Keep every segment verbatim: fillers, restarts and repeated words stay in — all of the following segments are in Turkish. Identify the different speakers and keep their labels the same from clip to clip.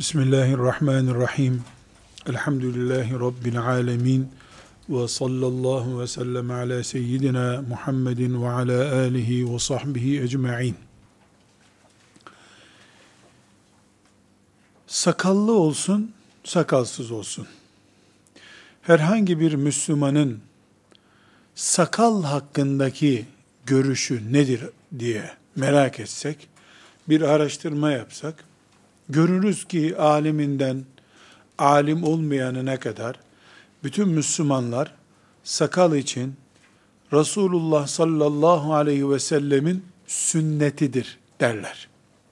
Speaker 1: Bismillahirrahmanirrahim. Elhamdülillahi Rabbil alemin. Ve sallallahu ve sellem ala seyyidina Muhammedin ve ala alihi ve sahbihi ecma'in. Sakallı olsun, sakalsız olsun. Herhangi bir Müslümanın sakal hakkındaki görüşü nedir diye merak etsek, bir araştırma yapsak, görürüz ki aliminden alim olmayanına kadar bütün Müslümanlar sakal için Resulullah sallallahu aleyhi ve sellemin sünnetidir derler.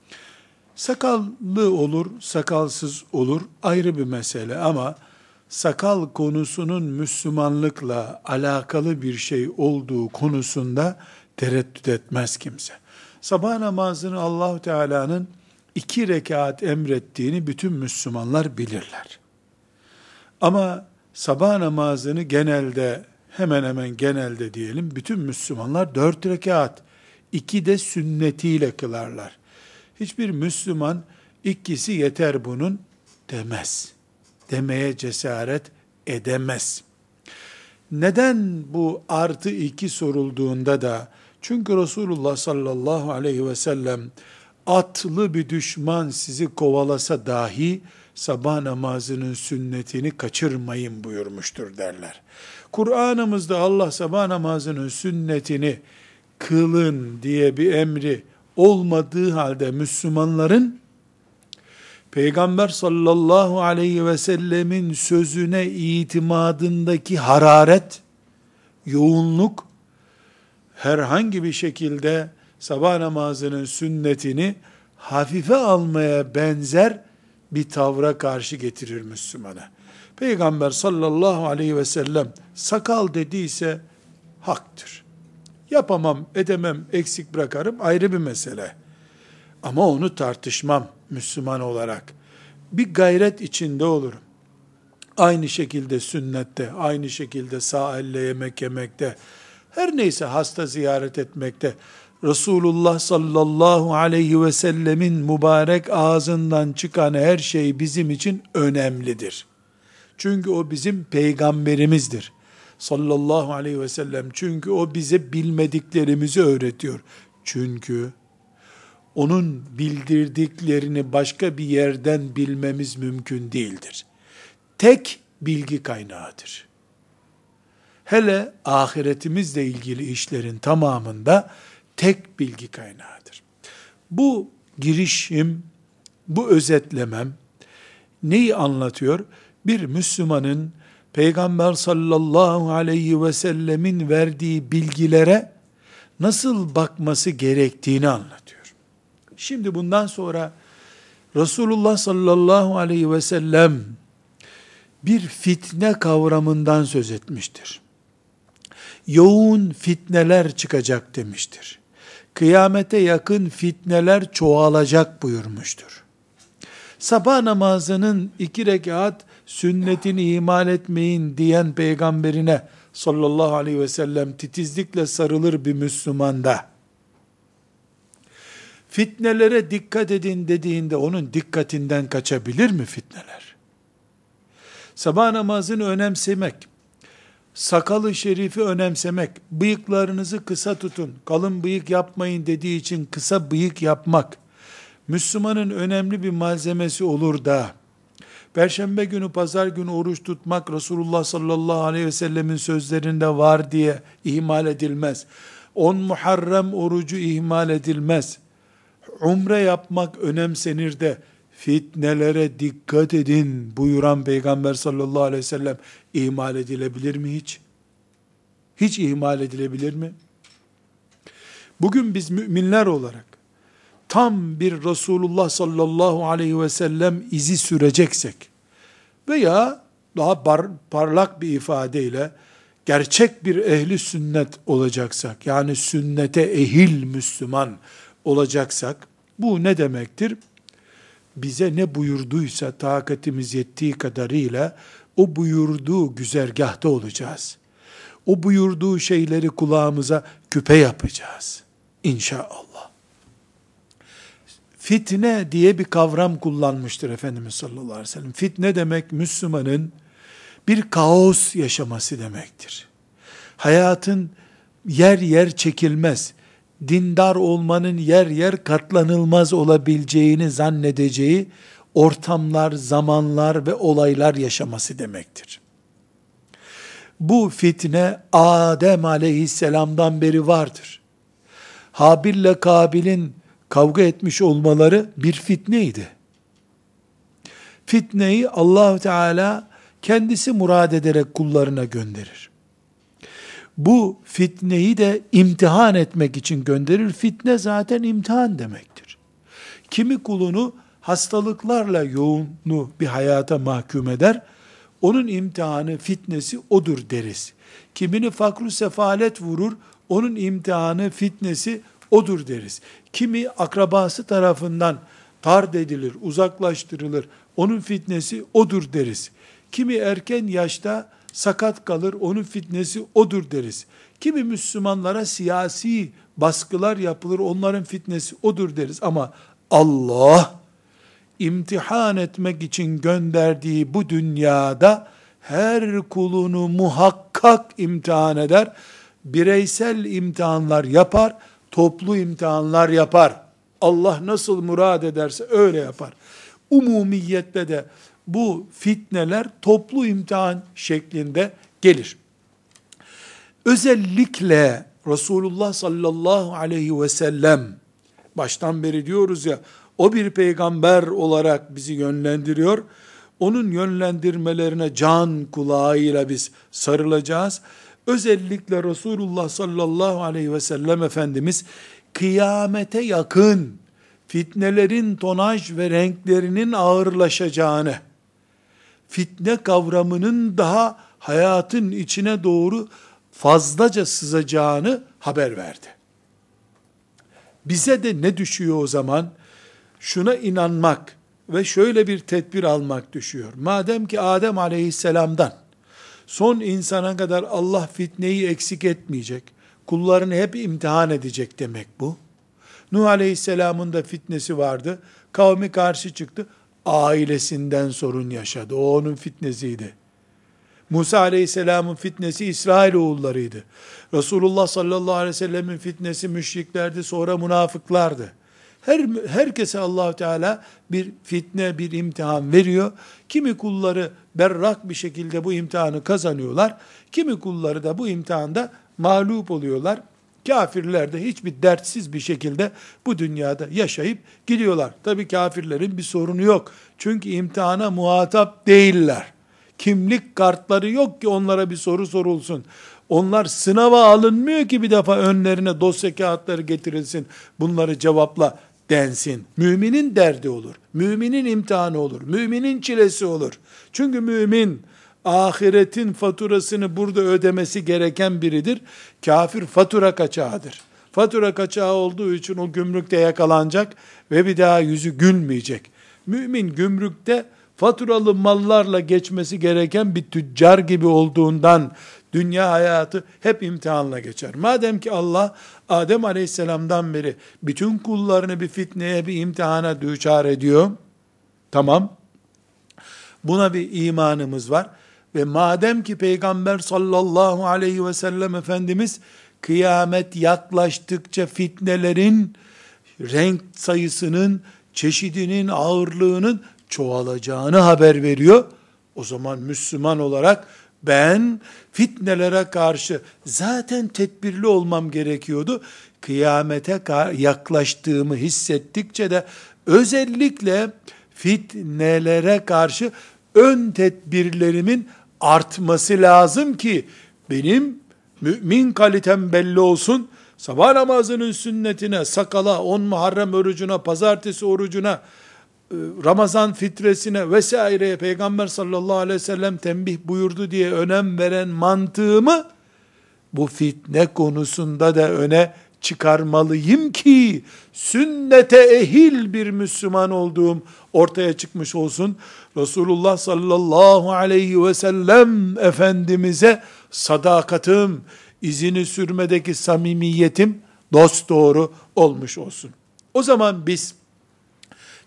Speaker 1: Sakallı olur, sakalsız olur ayrı bir mesele ama sakal konusunun Müslümanlıkla alakalı bir şey olduğu konusunda tereddüt etmez kimse. Sabah namazını Allah-u Teala'nın iki rekat emrettiğini bütün Müslümanlar bilirler. Ama sabah namazını genelde, hemen hemen genelde diyelim, bütün Müslümanlar dört rekat, iki de sünnetiyle kılarlar. Hiçbir Müslüman ikisi yeter bunun demez. Demeye cesaret edemez. Neden bu artı iki sorulduğunda da, çünkü Resulullah sallallahu aleyhi ve sellem atlı bir düşman sizi kovalasa dahi sabah namazının sünnetini kaçırmayın buyurmuştur derler. Kur'an'ımızda Allah sabah namazının sünnetini kılın diye bir emri olmadığı halde Müslümanların Peygamber sallallahu aleyhi ve sellemin sözüne itimadındaki hararet, yoğunluk herhangi bir şekilde sabah namazının sünnetini hafife almaya benzer bir tavra karşı getirir Müslümana. Peygamber sallallahu aleyhi ve sellem sakal dediyse haktır. Yapamam, edemem, eksik bırakarım ayrı bir mesele. Ama onu tartışmam Müslüman olarak. Bir gayret içinde olurum. Aynı şekilde sünnette, aynı şekilde sağ elle yemek yemekte, her neyse hasta ziyaret etmekte, Resulullah sallallahu aleyhi ve sellemin mübarek ağzından çıkan her şey bizim için önemlidir. Çünkü o bizim peygamberimizdir. Sallallahu aleyhi ve sellem. Çünkü o bize bilmediklerimizi öğretiyor. Çünkü onun bildirdiklerini başka bir yerden bilmemiz mümkün değildir. Tek bilgi kaynağıdır. Hele ahiretimizle ilgili işlerin tamamında tek bilgi kaynağıdır. Bu girişim, bu özetlemem neyi anlatıyor? Bir Müslümanın Peygamber sallallahu aleyhi ve sellemin verdiği bilgilere nasıl bakması gerektiğini anlatıyor. Şimdi bundan sonra Resulullah sallallahu aleyhi ve sellem bir fitne kavramından söz etmiştir. Yoğun fitneler çıkacak demiştir. Kıyamete yakın fitneler çoğalacak buyurmuştur. Sabah namazının iki rekat sünnetini ihmal etmeyin diyen peygamberine sallallahu aleyhi ve sellem titizlikle sarılır bir Müslümanda. Fitnelere dikkat edin dediğinde onun dikkatinden kaçabilir mi fitneler? Sabah namazını önemsemek, sakalı şerifi önemsemek, bıyıklarınızı kısa tutun, kalın bıyık yapmayın dediği için kısa bıyık yapmak, Müslümanın önemli bir malzemesi olur da, Perşembe günü, pazar günü oruç tutmak Resulullah sallallahu aleyhi ve sellemin sözlerinde var diye ihmal edilmez. On Muharrem orucu ihmal edilmez. Umre yapmak önemsenir de, fitnelere dikkat edin buyuran Peygamber sallallahu aleyhi ve sellem ihmal edilebilir mi hiç? Hiç ihmal edilebilir mi? Bugün biz müminler olarak tam bir Resulullah sallallahu aleyhi ve sellem izi süreceksek veya daha par, parlak bir ifadeyle gerçek bir ehli sünnet olacaksak, yani sünnete ehil Müslüman olacaksak, bu ne demektir? Bize ne buyurduysa takatimiz yettiği kadarıyla o buyurduğu güzergahta olacağız. O buyurduğu şeyleri kulağımıza küpe yapacağız. İnşallah. Fitne diye bir kavram kullanmıştır Efendimiz sallallahu aleyhi ve sellem. Fitne demek Müslümanın bir kaos yaşaması demektir. Hayatın yer yer çekilmez, dindar olmanın yer yer katlanılmaz olabileceğini zannedeceği ortamlar, zamanlar ve olaylar yaşaması demektir. Bu fitne Adem aleyhisselamdan beri vardır. Habil'le Kabil'in kavga etmiş olmaları bir fitneydi. Fitneyi Allah-u Teala kendisi murad ederek kullarına gönderir. Bu fitneyi de imtihan etmek için gönderir. Fitne zaten imtihan demektir. Kimi kulunu hastalıklarla yoğunlu bir hayata mahkum eder, onun imtihanı, fitnesi odur deriz. Kimini fakr-ı sefalet vurur, onun imtihanı, fitnesi odur deriz. Kimi akrabası tarafından tard edilir, uzaklaştırılır, onun fitnesi odur deriz. Kimi erken yaşta sakat kalır, onun fitnesi odur deriz. Kimi Müslümanlara siyasi baskılar yapılır, onların fitnesi odur deriz. Ama Allah imtihan etmek için gönderdiği bu dünyada her kulunu muhakkak imtihan eder. Bireysel imtihanlar yapar, toplu imtihanlar yapar. Allah nasıl murad ederse öyle yapar. Umumiyette de bu fitneler toplu imtihan şeklinde gelir. Özellikle Resulullah sallallahu aleyhi ve sellem, baştan beri diyoruz ya, o bir peygamber olarak bizi yönlendiriyor. Onun yönlendirmelerine can kulağıyla biz sarılacağız. Özellikle Resulullah sallallahu aleyhi ve sellem Efendimiz kıyamete yakın fitnelerin tonaj ve renklerinin ağırlaşacağını, fitne kavramının daha hayatın içine doğru fazlaca sızacağını haber verdi. Bize de ne düşüyor o zaman? Şuna inanmak ve şöyle bir tedbir almak düşüyor. Madem ki Adem aleyhisselamdan son insana kadar Allah fitneyi eksik etmeyecek, kullarını hep imtihan edecek demek bu. Nuh aleyhisselamın da fitnesi vardı. Kavmi karşı çıktı. Ailesinden sorun yaşadı. O onun fitnesiydi. Musa aleyhisselamın fitnesi İsrailoğullarıydı. Resulullah sallallahu aleyhi ve sellemin fitnesi müşriklerdi, sonra münafıklardı. Her, herkese Allah Teala bir fitne, bir imtihan veriyor. Kimi kulları berrak bir şekilde bu imtihanı kazanıyorlar. Kimi kulları da bu imtihanda mağlup oluyorlar. Kafirler de hiçbir dertsiz bir şekilde bu dünyada yaşayıp gidiyorlar. Tabii kafirlerin bir sorunu yok. Çünkü imtihana muhatap değiller. Kimlik kartları yok ki onlara bir soru sorulsun. Onlar sınava alınmıyor ki bir defa önlerine dosya kağıtları getirilsin, bunları cevapla densin. Müminin derdi olur. Müminin imtihanı olur. Müminin çilesi olur. Çünkü mümin ahiretin faturasını burada ödemesi gereken biridir. Kafir fatura kaçağıdır. Fatura kaçağı olduğu için o gümrükte yakalanacak ve bir daha yüzü gülmeyecek. Mümin gümrükte faturalı mallarla geçmesi gereken bir tüccar gibi olduğundan dünya hayatı hep imtihanla geçer. Madem ki Allah Adem Aleyhisselam'dan beri bütün kullarını bir fitneye, bir imtihana düçar ediyor. Tamam. Buna bir imanımız var. Ve madem ki Peygamber sallallahu aleyhi ve sellem Efendimiz kıyamet yaklaştıkça fitnelerin renk sayısının, çeşidinin, ağırlığının çoğalacağını haber veriyor. O zaman Müslüman olarak ben fitnelere karşı zaten tedbirli olmam gerekiyordu. Kıyamete yaklaştığımı hissettikçe de özellikle fitnelere karşı ön tedbirlerimin artması lazım ki benim mümin kalitem belli olsun. Sabah namazının sünnetine, sakala, on Muharrem orucuna, pazartesi orucuna, Ramazan fitresine vesaireye Peygamber sallallahu aleyhi ve sellem tembih buyurdu diye önem veren mantığımı bu fitne konusunda da öne çıkarmalıyım ki sünnete ehil bir Müslüman olduğum ortaya çıkmış olsun. Resulullah sallallahu aleyhi ve sellem Efendimiz'e sadakatim, izini sürmedeki samimiyetim dosdoğru olmuş olsun. O zaman biz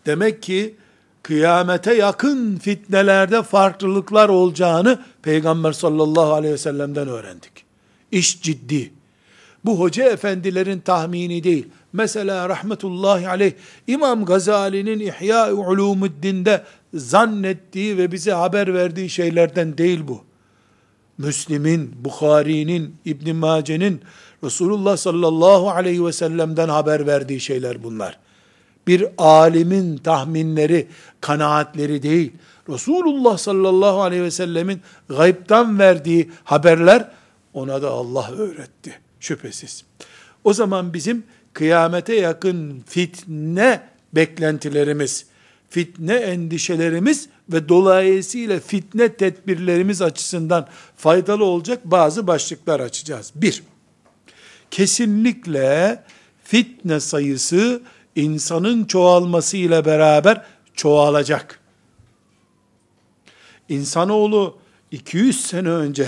Speaker 1: Demek ki kıyamete yakın fitnelerde farklılıklar olacağını Peygamber sallallahu aleyhi ve sellem'den öğrendik. İş ciddi. Bu hoca efendilerin tahmini değil. Mesela rahmetullahi aleyh İmam Gazali'nin İhya-i Ulumuddin'de zannettiği ve bize haber verdiği şeylerden değil bu. Müslim'in, Bukhari'nin, İbn Mace'nin Resulullah sallallahu aleyhi ve sellem'den haber verdiği şeyler bunlar. Bir alimin tahminleri, kanaatleri değil. Resulullah sallallahu aleyhi ve sellemin gaybtan verdiği haberler, ona da Allah öğretti. Şüphesiz. O zaman bizim kıyamete yakın fitne beklentilerimiz, fitne endişelerimiz ve dolayısıyla fitne tedbirlerimiz açısından faydalı olacak bazı başlıklar açacağız. Bir, kesinlikle fitne sayısı insanın çoğalması ile beraber çoğalacak. İnsanoğlu iki yüz sene önce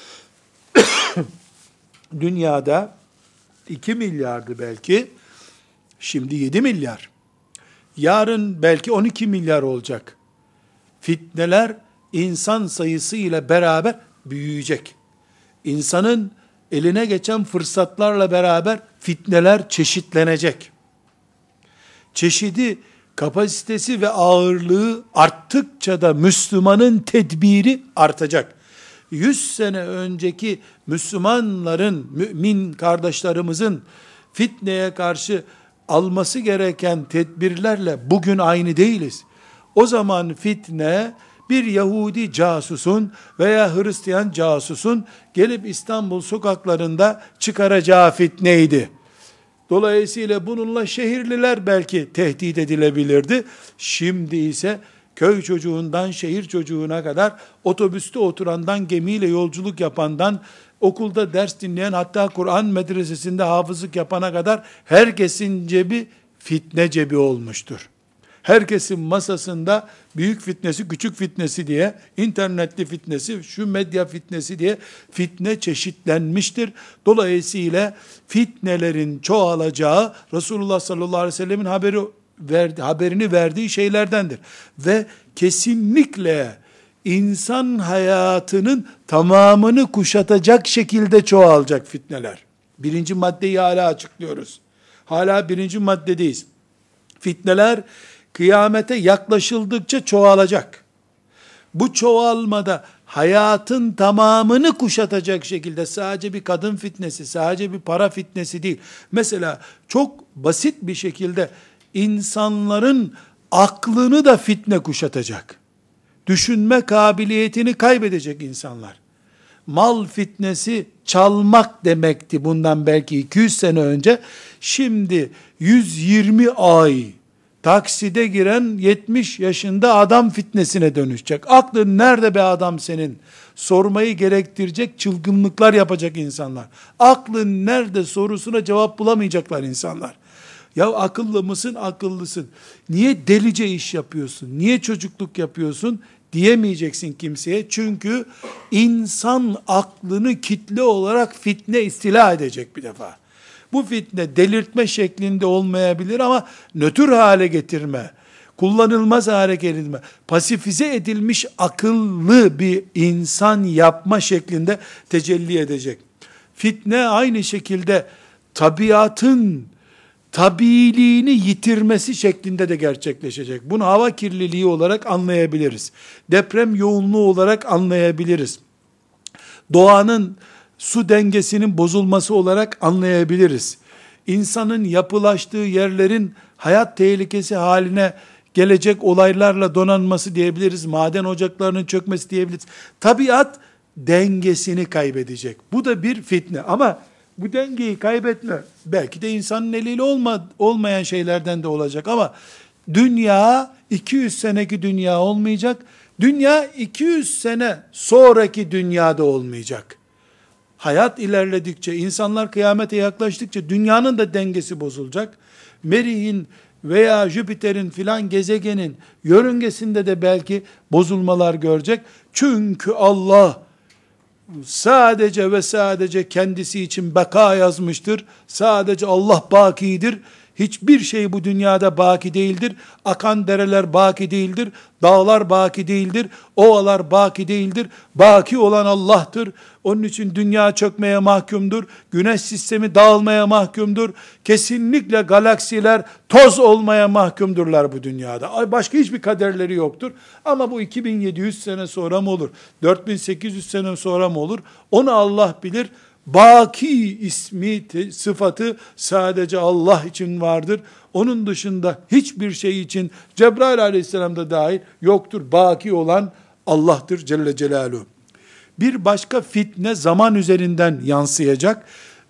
Speaker 1: dünyada iki milyardı belki, şimdi yedi milyar. Yarın belki on iki milyar olacak. Fitneler insan sayısı ile beraber büyüyecek. İnsanın eline geçen fırsatlarla beraber fitneler çeşitlenecek. Çeşidi, kapasitesi ve ağırlığı arttıkça da Müslümanın tedbiri artacak. yüz sene önceki Müslümanların, mümin kardeşlerimizin fitneye karşı alması gereken tedbirlerle bugün aynı değiliz. O zaman fitne bir Yahudi casusun veya Hristiyan casusun gelip İstanbul sokaklarında çıkaracağı fitneydi. Dolayısıyla bununla şehirliler belki tehdit edilebilirdi. Şimdi ise köy çocuğundan şehir çocuğuna kadar, otobüste oturandan gemiyle yolculuk yapandan, okulda ders dinleyen, hatta Kur'an medresesinde hafızlık yapana kadar herkesin cebi fitne cebi olmuştur. Herkesin masasında büyük fitnesi, küçük fitnesi diye, internetli fitnesi, şu medya fitnesi diye fitne çeşitlenmiştir. Dolayısıyla fitnelerin çoğalacağı Resulullah sallallahu aleyhi ve sellemin haberi verdi, haberini verdiği şeylerdendir. Ve kesinlikle insan hayatının tamamını kuşatacak şekilde çoğalacak fitneler. Birinci maddeyi hala açıklıyoruz. Hala birinci maddedeyiz. Fitneler kıyamete yaklaşıldıkça çoğalacak. Bu çoğalmada hayatın tamamını kuşatacak şekilde, sadece bir kadın fitnesi, sadece bir para fitnesi değil. Mesela çok basit bir şekilde insanların aklını da fitne kuşatacak. Düşünme kabiliyetini kaybedecek insanlar. Mal fitnesi çalmak demekti bundan belki iki yüz sene önce. Şimdi yüz yirmi ay takside giren yetmiş yaşında adam fitnesine dönüşecek. Aklın nerede be adam senin? Sormayı gerektirecek çılgınlıklar yapacak insanlar. Aklın nerede sorusuna cevap bulamayacaklar insanlar. Ya akıllı mısın? Akıllısın. Niye delice iş yapıyorsun? Niye çocukluk yapıyorsun? Diyemeyeceksin kimseye. Çünkü insan aklını kitle olarak fitne istila edecek bir defa. Bu fitne delirtme şeklinde olmayabilir ama nötr hale getirme, kullanılmaz hale getirme, pasifize edilmiş akıllı bir insan yapma şeklinde tecelli edecek. Fitne aynı şekilde tabiatın tabiiliğini yitirmesi şeklinde de gerçekleşecek. Bunu hava kirliliği olarak anlayabiliriz. Deprem yoğunluğu olarak anlayabiliriz. Doğanın su dengesinin bozulması olarak anlayabiliriz. İnsanın yapılaştığı yerlerin hayat tehlikesi haline gelecek olaylarla donanması diyebiliriz. Maden ocaklarının çökmesi diyebiliriz. Tabiat dengesini kaybedecek. Bu da bir fitne ama bu dengeyi kaybetme belki de insanın eliyle olma, olmayan şeylerden de olacak ama dünya iki yüz seneki dünya olmayacak. Dünya iki yüz sene sonraki dünyada olmayacak. Hayat ilerledikçe, insanlar kıyamete yaklaştıkça dünyanın da dengesi bozulacak. Merih'in veya Jüpiter'in filan gezegenin yörüngesinde de belki bozulmalar görecek. Çünkü Allah sadece ve sadece kendisi için beka yazmıştır. Sadece Allah bakidir. Hiçbir şey bu dünyada baki değildir. Akan dereler baki değildir. Dağlar baki değildir. Ovalar baki değildir. Baki olan Allah'tır. Onun için dünya çökmeye mahkumdur. Güneş sistemi dağılmaya mahkumdur. Kesinlikle galaksiler toz olmaya mahkumdurlar bu dünyada. Başka hiçbir kaderleri yoktur. Ama bu iki bin yedi yüz sene sonra mı olur? dört bin sekiz yüz sene sonra mı olur? Onu Allah bilir. Baki ismi, sıfatı sadece Allah için vardır. Onun dışında hiçbir şey için Cebrail aleyhisselam da dahil yoktur. Baki olan Allah'tır Celle Celaluhu. Bir başka fitne zaman üzerinden yansıyacak.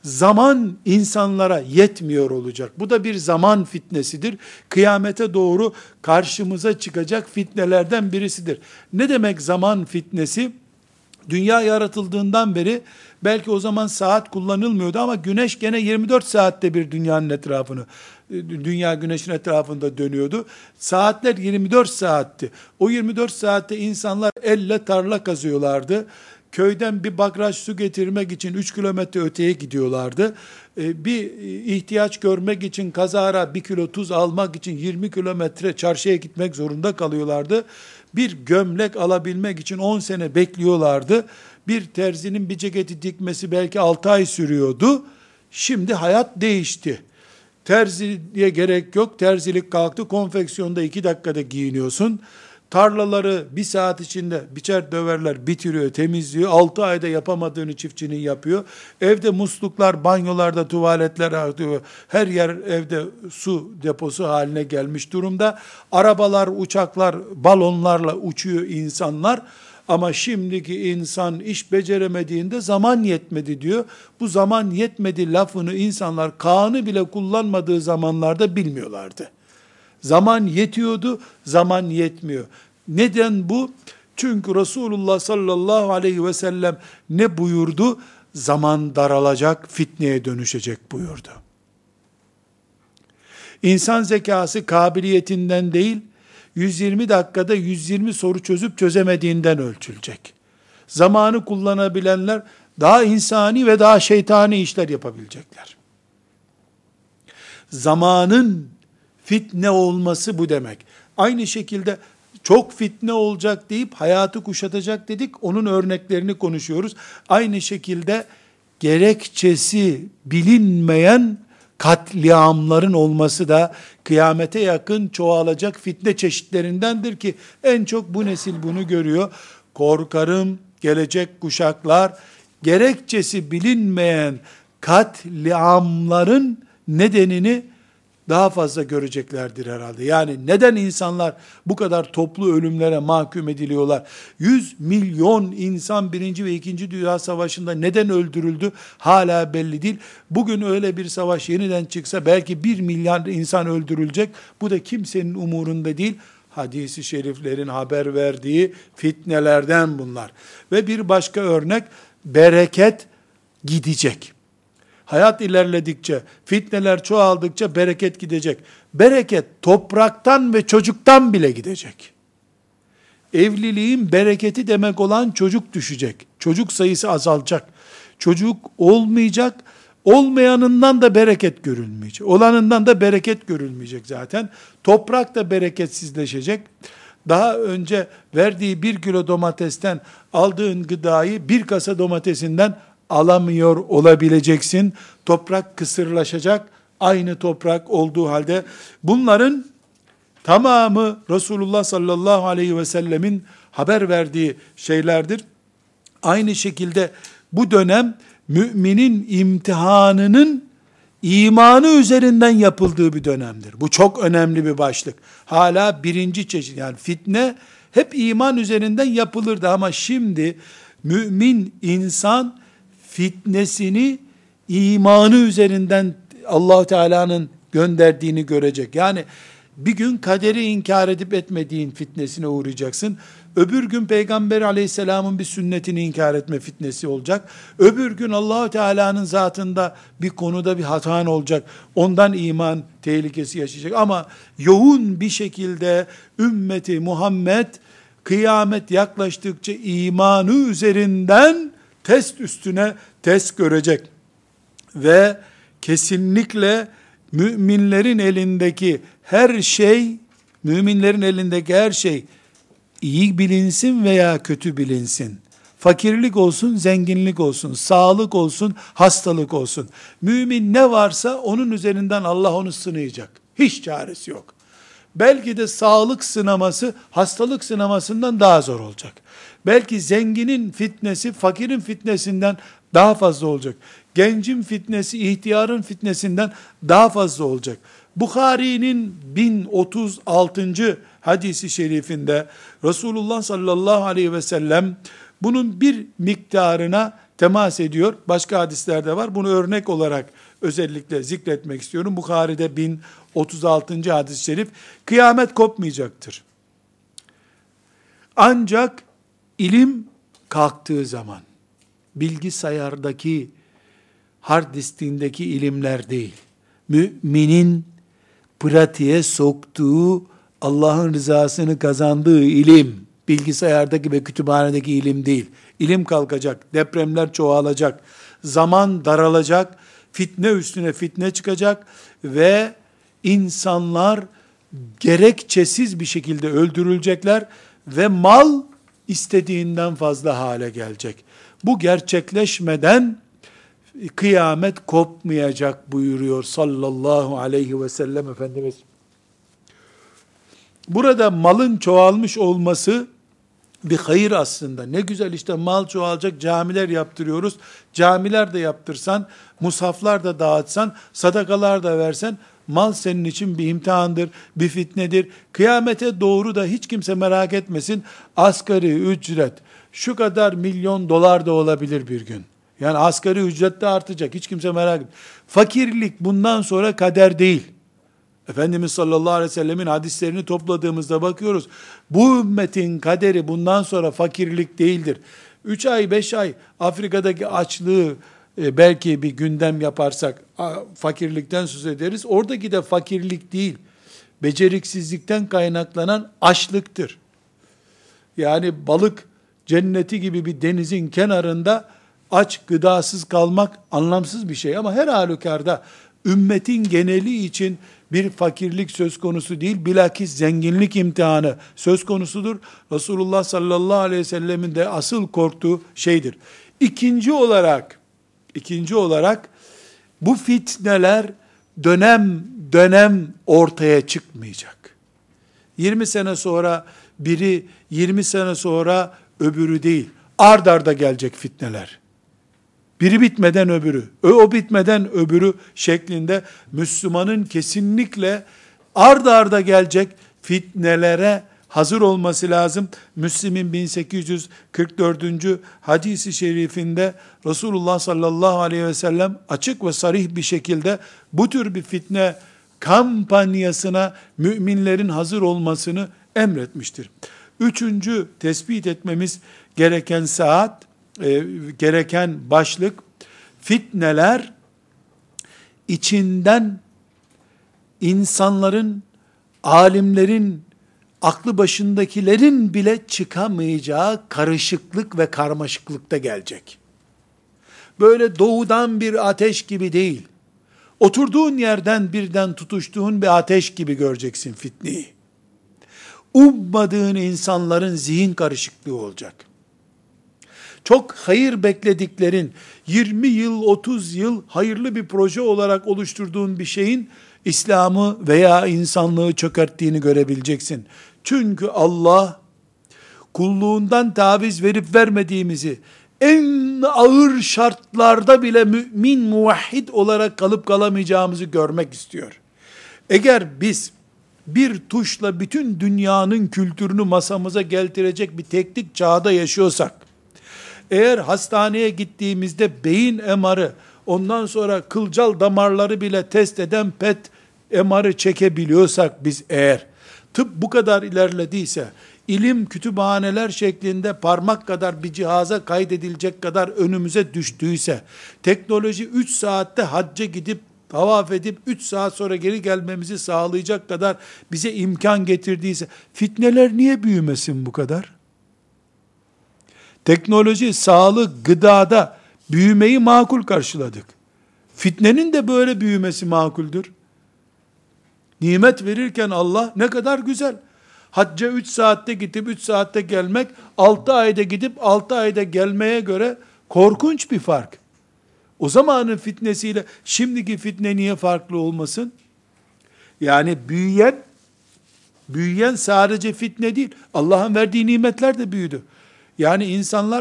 Speaker 1: Zaman insanlara yetmiyor olacak. Bu da bir zaman fitnesidir. Kıyamete doğru karşımıza çıkacak fitnelerden birisidir. Ne demek zaman fitnesi? Dünya yaratıldığından beri belki o zaman saat kullanılmıyordu ama güneş gene yirmi dört saatte bir dünyanın etrafını, dünya güneşin etrafında dönüyordu. Saatler yirmi dört saatti. O yirmi dört saatte insanlar elle tarla kazıyorlardı. Köyden bir bakraç su getirmek için üç kilometre öteye gidiyorlardı. Bir ihtiyaç görmek için kazara bir kilo tuz almak için yirmi kilometre çarşıya gitmek zorunda kalıyorlardı. Bir gömlek alabilmek için on sene bekliyorlardı. Bir terzinin bir ceketi dikmesi belki altı ay sürüyordu. Şimdi hayat değişti. Terziye gerek yok. Terzilik kalktı. Konfeksiyonda iki dakikada giyiniyorsun. Tarlaları bir saat içinde biçer döverler, bitiriyor, temizliyor. Altı ayda yapamadığını çiftçinin yapıyor. Evde musluklar, banyolarda tuvaletler artıyor. Her yer evde su deposu haline gelmiş durumda. Arabalar, uçaklar, balonlarla uçuyor insanlar. Ama şimdiki insan iş beceremediğinde zaman yetmedi diyor. Bu zaman yetmedi lafını insanlar Kaan'ı bile kullanmadığı zamanlarda bilmiyorlardı. Zaman yetiyordu, zaman yetmiyor. Neden bu? Çünkü Resulullah sallallahu aleyhi ve sellem ne buyurdu? Zaman daralacak, fitneye dönüşecek buyurdu. İnsan zekası kabiliyetinden değil, yüz yirmi dakikada yüz yirmi soru çözüp çözemediğinden ölçülecek. Zamanı kullanabilenler daha insani ve daha şeytani işler yapabilecekler. Zamanın fitne olması bu demek. Aynı şekilde çok fitne olacak deyip hayatı kuşatacak dedik. Onun örneklerini konuşuyoruz. Aynı şekilde gerekçesi bilinmeyen katliamların olması da kıyamete yakın çoğalacak fitne çeşitlerindendir ki en çok bu nesil bunu görüyor. Korkarım gelecek kuşaklar gerekçesi bilinmeyen katliamların nedenini daha fazla göreceklerdir herhalde. Yani neden insanlar bu kadar toplu ölümlere mahkum ediliyorlar? yüz milyon insan birinci ve ikinci Dünya Savaşı'nda neden öldürüldü? Hala belli değil. Bugün öyle bir savaş yeniden çıksa belki bir milyar insan öldürülecek. Bu da kimsenin umurunda değil. Hadis-i şeriflerin haber verdiği fitnelerden bunlar. Ve bir başka örnek, bereket gidecek. Hayat ilerledikçe, fitneler çoğaldıkça bereket gidecek. Bereket topraktan ve çocuktan bile gidecek. Evliliğin bereketi demek olan çocuk düşecek. Çocuk sayısı azalacak. Çocuk olmayacak. Olmayanından da bereket görülmeyecek. Olanından da bereket görülmeyecek zaten. Toprak da bereketsizleşecek. Daha önce verdiği bir kilo domatesten aldığın gıdayı bir kasa domatesinden alamıyor olabileceksin. Toprak kısırlaşacak. Aynı toprak olduğu halde bunların tamamı Resulullah sallallahu aleyhi ve sellemin haber verdiği şeylerdir. Aynı şekilde bu dönem müminin imtihanının imanı üzerinden yapıldığı bir dönemdir. Bu çok önemli bir başlık. Hala birinci çeşit, yani fitne hep iman üzerinden yapılırdı ama şimdi mümin insan fitnesini imanı üzerinden Allah Teala'nın gönderdiğini görecek. Yani bir gün kaderi inkar edip etmediğin fitnesine uğrayacaksın. Öbür gün Peygamber Aleyhisselam'ın bir sünnetini inkar etme fitnesi olacak. Öbür gün Allah Teala'nın zatında bir konuda bir hatan olacak. Ondan iman tehlikesi yaşayacak. Ama yoğun bir şekilde ümmeti Muhammed kıyamet yaklaştıkça imanı üzerinden test üstüne test görecek. Ve kesinlikle müminlerin elindeki her şey, müminlerin elindeki her şey iyi bilinsin veya kötü bilinsin. Fakirlik olsun, zenginlik olsun, sağlık olsun, hastalık olsun. Mümin ne varsa onun üzerinden Allah onu sınayacak. Hiç çaresi yok. Belki de sağlık sınaması hastalık sınamasından daha zor olacak. Belki zenginin fitnesi fakirin fitnesinden daha fazla olacak. Gencin fitnesi ihtiyarın fitnesinden daha fazla olacak. Bukhari'nin bin otuz altıncı hadisi şerifinde Resulullah sallallahu aleyhi ve sellem bunun bir miktarına temas ediyor. Başka hadislerde var. Bunu örnek olarak özellikle zikretmek istiyorum. Bukhari'de bin otuz altıncı hadis-i şerif, kıyamet kopmayacaktır. Ancak ilim kalktığı zaman, bilgisayardaki, hard diskindeki ilimler değil, müminin pratiğe soktuğu, Allah'ın rızasını kazandığı ilim, bilgisayardaki ve kütüphanedeki ilim değil. İlim kalkacak, depremler çoğalacak, zaman daralacak, fitne üstüne fitne çıkacak ve insanlar gerekçesiz bir şekilde öldürülecekler ve mal istediğinden fazla hale gelecek. Bu gerçekleşmeden kıyamet kopmayacak buyuruyor sallallahu aleyhi ve sellem Efendimiz. Burada malın çoğalmış olması bir hayır aslında. Ne güzel işte mal çoğalacak, camiler yaptırıyoruz. Camiler de yaptırsan, mushaflar da dağıtsan, sadakalar da versen, mal senin için bir imtihandır, bir fitnedir. Kıyamete doğru da hiç kimse merak etmesin. Asgari ücret şu kadar milyon dolar da olabilir bir gün. Yani asgari ücret de artacak. Hiç kimse merak etmesin. Fakirlik bundan sonra kader değil. Efendimiz sallallahu aleyhi ve sellemin hadislerini topladığımızda bakıyoruz. Bu ümmetin kaderi bundan sonra fakirlik değildir. Üç ay, beş ay Afrika'daki açlığı e, belki bir gündem yaparsak a, fakirlikten söz ederiz. Oradaki de fakirlik değil, beceriksizlikten kaynaklanan açlıktır. Yani balık cenneti gibi bir denizin kenarında aç, gıdasız kalmak anlamsız bir şey. Ama her halükarda ümmetin geneli için bir fakirlik söz konusu değil, bilakis zenginlik imtihanı söz konusudur. Resulullah sallallahu aleyhi ve sellemin de asıl korktuğu şeydir. İkinci olarak, ikinci olarak bu fitneler dönem dönem ortaya çıkmayacak. yirmi sene sonra biri, yirmi sene sonra öbürü değil, ard arda gelecek fitneler. Biri bitmeden öbürü, o bitmeden öbürü şeklinde Müslümanın kesinlikle ard arda gelecek fitnelere hazır olması lazım. Müslim'in bin sekiz yüz kırk dördüncü hadisi şerifinde Resulullah sallallahu aleyhi ve sellem açık ve sarih bir şekilde bu tür bir fitne kampanyasına müminlerin hazır olmasını emretmiştir. Üçüncü tespit etmemiz gereken saat, e, gereken başlık, fitneler içinden insanların, alimlerin, aklı başındakilerin bile çıkamayacağı karışıklık ve karmaşıklıkta gelecek. Böyle doğudan bir ateş gibi değil, oturduğun yerden birden tutuştuğun bir ateş gibi göreceksin fitneyi. Ummadığın insanların zihin karışıklığı olacak. Çok hayır beklediklerin, yirmi yıl, otuz yıl hayırlı bir proje olarak oluşturduğun bir şeyin İslam'ı veya insanlığı çökerttiğini görebileceksin. Çünkü Allah kulluğundan taviz verip vermediğimizi, en ağır şartlarda bile mümin, muvahhid olarak kalıp kalamayacağımızı görmek istiyor. Eğer biz bir tuşla bütün dünyanın kültürünü masamıza getirecek bir teknik çağda yaşıyorsak, eğer hastaneye gittiğimizde beyin M R'ı, ondan sonra kılcal damarları bile test eden P E T M R'ı çekebiliyorsak biz, eğer tıp bu kadar ilerlediyse, ilim kütüphaneler şeklinde parmak kadar bir cihaza kaydedilecek kadar önümüze düştüyse, teknoloji üç saatte hacca gidip tavaf edip üç saat sonra geri gelmemizi sağlayacak kadar bize imkan getirdiyse, fitneler niye büyümesin bu kadar? Teknoloji, sağlık, gıdada büyümeyi makul karşıladık. Fitnenin de böyle büyümesi makuldür. Nimet verirken Allah ne kadar güzel. Hacca üç saatte gidip üç saatte gelmek, altı ayda gidip altı ayda gelmeye göre korkunç bir fark. O zamanın fitnesiyle şimdiki fitne niye farklı olmasın? Yani büyüyen, büyüyen sadece fitne değil, Allah'ın verdiği nimetler de büyüdü. Yani insanlar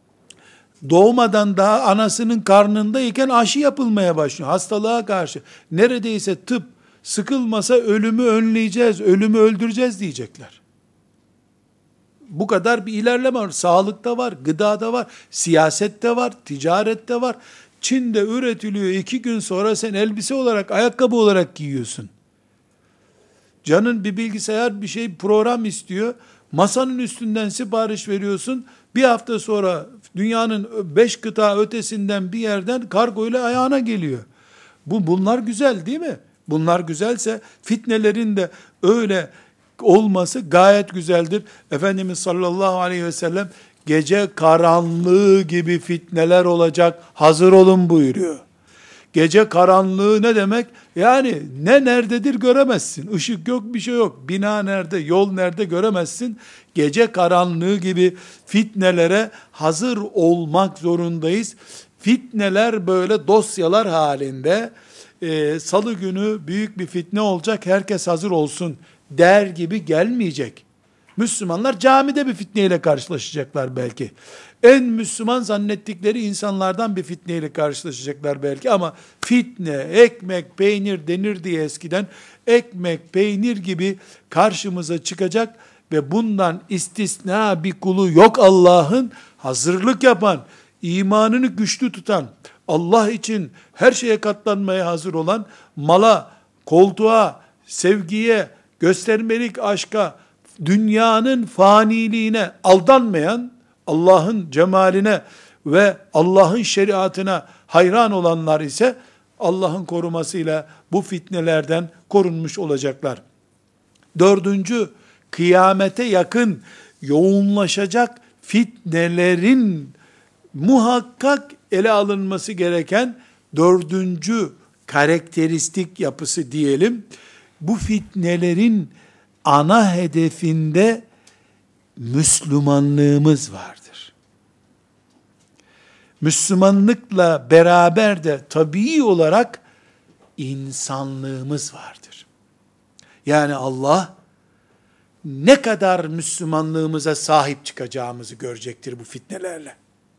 Speaker 1: doğmadan daha anasının karnındayken aşı yapılmaya başlıyor. Hastalığa karşı. Neredeyse tıp sıkılmasa ölümü önleyeceğiz, ölümü öldüreceğiz diyecekler. Bu kadar bir ilerleme var. Sağlıkta var, gıdada var, siyasette var, ticarette var. Çin'de üretiliyor, iki gün sonra sen elbise olarak, ayakkabı olarak giyiyorsun. Canın bir bilgisayar bir şey program istiyor. Masanın üstünden sipariş veriyorsun. Bir hafta sonra dünyanın beş kıta ötesinden bir yerden kargo ile ayağına geliyor. Bu bunlar güzel değil mi? Bunlar güzelse fitnelerin de öyle olması gayet güzeldir. Efendimiz sallallahu aleyhi ve sellem gece karanlığı gibi fitneler olacak, hazır olun buyuruyor. Gece karanlığı ne demek? Yani ne nerededir göremezsin. Işık yok, bir şey yok. Bina nerede, yol nerede göremezsin. Gece karanlığı gibi fitnelere hazır olmak zorundayız. Fitneler böyle dosyalar halinde, e, salı günü büyük bir fitne olacak, herkes hazır olsun der gibi gelmeyecek. Müslümanlar camide bir fitneyle karşılaşacaklar belki. En Müslüman zannettikleri insanlardan bir fitneyle karşılaşacaklar belki, ama fitne, ekmek, peynir denir diye eskiden, ekmek, peynir gibi karşımıza çıkacak ve bundan istisna bir kulu yok Allah'ın. Hazırlık yapan, imanını güçlü tutan, Allah için her şeye katlanmaya hazır olan, mala, koltuğa, sevgiye, göstermelik aşka, dünyanın faniliğine aldanmayan, Allah'ın cemaline ve Allah'ın şeriatına hayran olanlar ise Allah'ın korumasıyla bu fitnelerden korunmuş olacaklar. Dördüncü, kıyamete yakın yoğunlaşacak fitnelerin muhakkak ele alınması gereken dördüncü karakteristik yapısı diyelim. Bu fitnelerin ana hedefinde Müslümanlığımız vardır. Müslümanlıkla beraber de tabii olarak insanlığımız vardır. Yani Allah ne kadar Müslümanlığımıza sahip çıkacağımızı görecektir bu fitnelerle.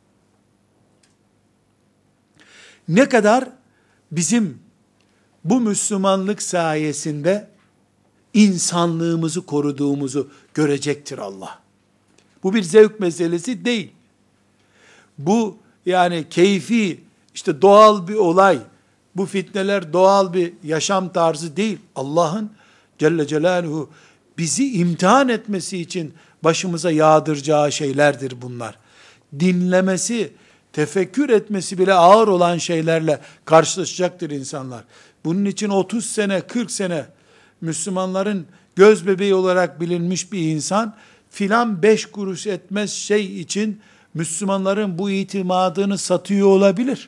Speaker 1: Ne kadar bizim bu Müslümanlık sayesinde insanlığımızı koruduğumuzu görecektir Allah. Bu bir zevk meselesi değil. Bu yani keyfi, işte doğal bir olay. Bu fitneler doğal bir yaşam tarzı değil. Allah'ın Celle Celaluhu bizi imtihan etmesi için başımıza yağdıracağı şeylerdir bunlar. Dinlemesi, tefekkür etmesi bile ağır olan şeylerle karşılaşacaktır insanlar. Bunun için otuz sene, kırk sene Müslümanların göz bebeği olarak bilinmiş bir insan, filan beş kuruş etmez şey için Müslümanların bu itimadını satıyor olabilir.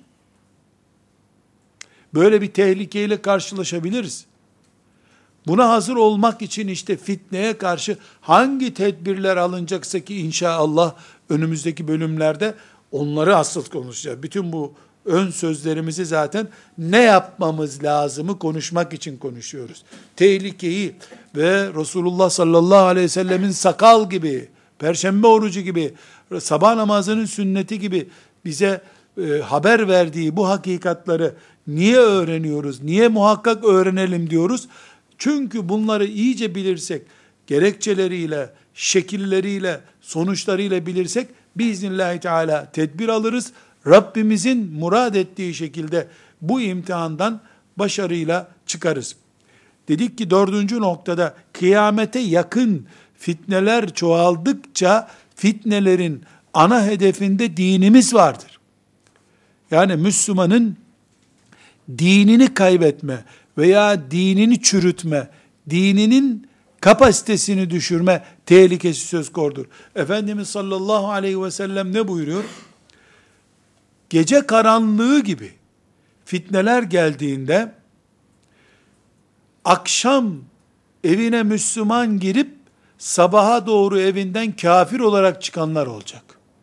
Speaker 1: Böyle bir tehlikeyle karşılaşabiliriz. Buna hazır olmak için işte fitneye karşı hangi tedbirler alınacaksa ki inşallah önümüzdeki bölümlerde onları asıl konuşacağız. Bütün bu ön sözlerimizi zaten ne yapmamız lazımı konuşmak için konuşuyoruz. Tehlikeyi ve Resulullah sallallahu aleyhi ve sellemin sakal gibi, perşembe orucu gibi, sabah namazının sünneti gibi bize e, haber verdiği bu hakikatları niye öğreniyoruz? Niye muhakkak öğrenelim diyoruz? Çünkü bunları iyice bilirsek, gerekçeleriyle, şekilleriyle, sonuçlarıyla bilirsek, biiznillahü teala tedbir alırız. Rabbimizin murad ettiği şekilde bu imtihandan başarıyla çıkarız. Dedik ki dördüncü noktada kıyamete yakın fitneler çoğaldıkça fitnelerin ana hedefinde dinimiz vardır. Yani Müslümanın dinini kaybetme veya dinini çürütme, dininin kapasitesini düşürme tehlikesi söz konudur. Efendimiz sallallahu aleyhi ve sellem ne buyuruyor? Gece karanlığı gibi fitneler geldiğinde akşam evine Müslüman girip sabaha doğru evinden kafir olarak çıkanlar olacak.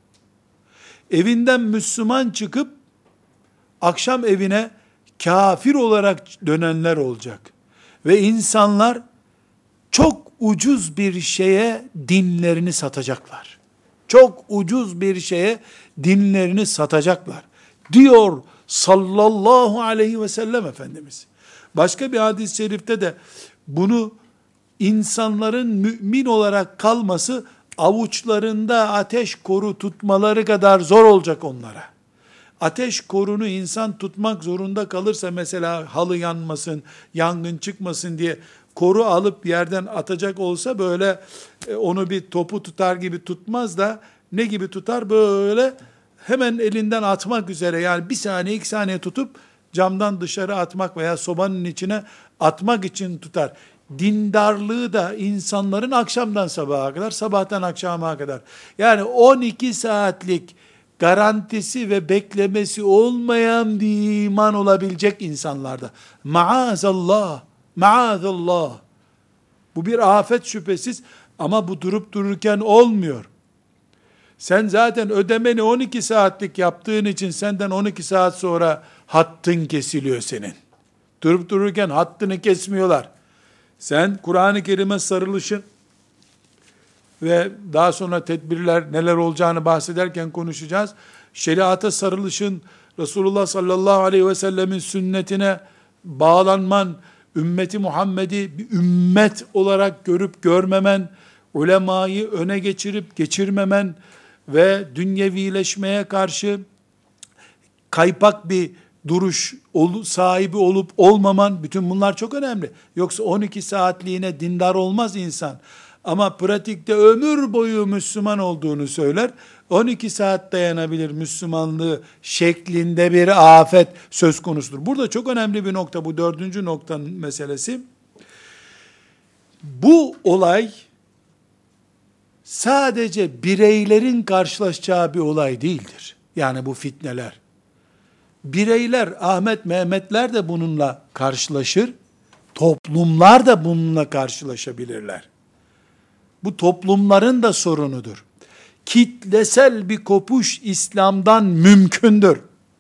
Speaker 1: Evinden Müslüman çıkıp akşam evine kafir olarak dönenler olacak. Ve insanlar çok ucuz bir şeye dinlerini satacaklar. Çok ucuz bir şeye dinlerini satacaklar. Diyor sallallahu aleyhi ve sellem Efendimiz. Başka bir hadis-i şerifte de bunu insanların mümin olarak kalması avuçlarında ateş koru tutmaları kadar zor olacak onlara. Ateş korunu insan tutmak zorunda kalırsa, mesela halı yanmasın, yangın çıkmasın diye koru alıp yerden atacak olsa, böyle onu bir topu tutar gibi tutmaz da ne gibi tutar? Böyle hemen elinden atmak üzere, yani bir saniye iki saniye tutup camdan dışarı atmak veya sobanın içine atmak için tutar. Dindarlığı da insanların akşamdan sabaha kadar, sabahtan akşama kadar. Yani on iki saatlik garantisi ve beklemesi olmayan bir iman olabilecek insanlarda. Maazallah, maazallah. Bu bir afet şüphesiz, ama bu durup dururken olmuyor. Sen zaten ödemeni on iki saatlik yaptığın için senden on iki saat sonra hattın kesiliyor senin. Durup dururken hattını kesmiyorlar. Sen Kur'an-ı Kerim'e sarılışın ve daha sonra tedbirler neler olacağını bahsederken konuşacağız. Şeriata sarılışın, Resulullah sallallahu aleyhi ve sellemin sünnetine bağlanman, ümmeti Muhammed'i bir ümmet olarak görüp görmemen, ulemayı öne geçirip geçirmemen ve dünyevileşmeye karşı kaypak bir duruş sahibi olup olmaman, bütün bunlar çok önemli. Yoksa on iki saatliğine dindar olmaz insan. Ama pratikte ömür boyu Müslüman olduğunu söyler. on iki saat dayanabilir Müslümanlığı şeklinde bir afet söz konusudur. Burada çok önemli bir nokta, bu dördüncü noktanın meselesi. Bu olay sadece bireylerin karşılaşacağı bir olay değildir. Yani bu fitneler. Bireyler, Ahmet, Mehmetler de bununla karşılaşır. Toplumlar da bununla karşılaşabilirler. Bu toplumların da sorunudur. Kitlesel bir kopuş İslam'dan mümkündür.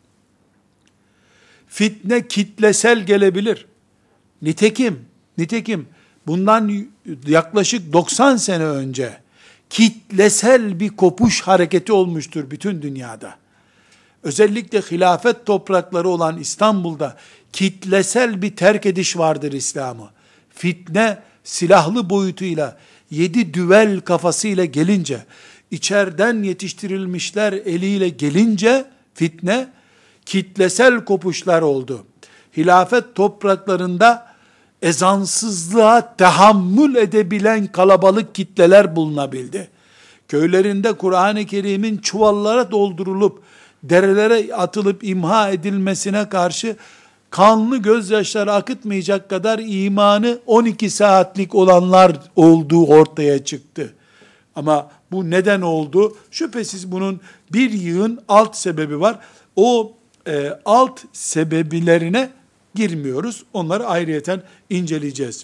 Speaker 1: Fitne kitlesel gelebilir. Nitekim, nitekim bundan yaklaşık doksan sene önce kitlesel bir kopuş hareketi olmuştur bütün dünyada. Özellikle hilafet toprakları olan İstanbul'da kitlesel bir terk ediş vardır İslam'ı. Fitne silahlı boyutuyla, yedi düvel kafasıyla gelince, içeriden yetiştirilmişler eliyle gelince fitne, kitlesel kopuşlar oldu. Hilafet topraklarında ezansızlığa tahammül edebilen kalabalık kitleler bulunabildi. Köylerinde Kur'an-ı Kerim'in çuvallara doldurulup, derelere atılıp imha edilmesine karşı kanlı gözyaşları akıtmayacak kadar imanı on iki saatlik olanlar olduğu ortaya çıktı. Ama bu neden oldu? Şüphesiz bunun bir yığın alt sebebi var. O e, alt sebeplerine girmiyoruz. Onları ayrıyeten inceleyeceğiz.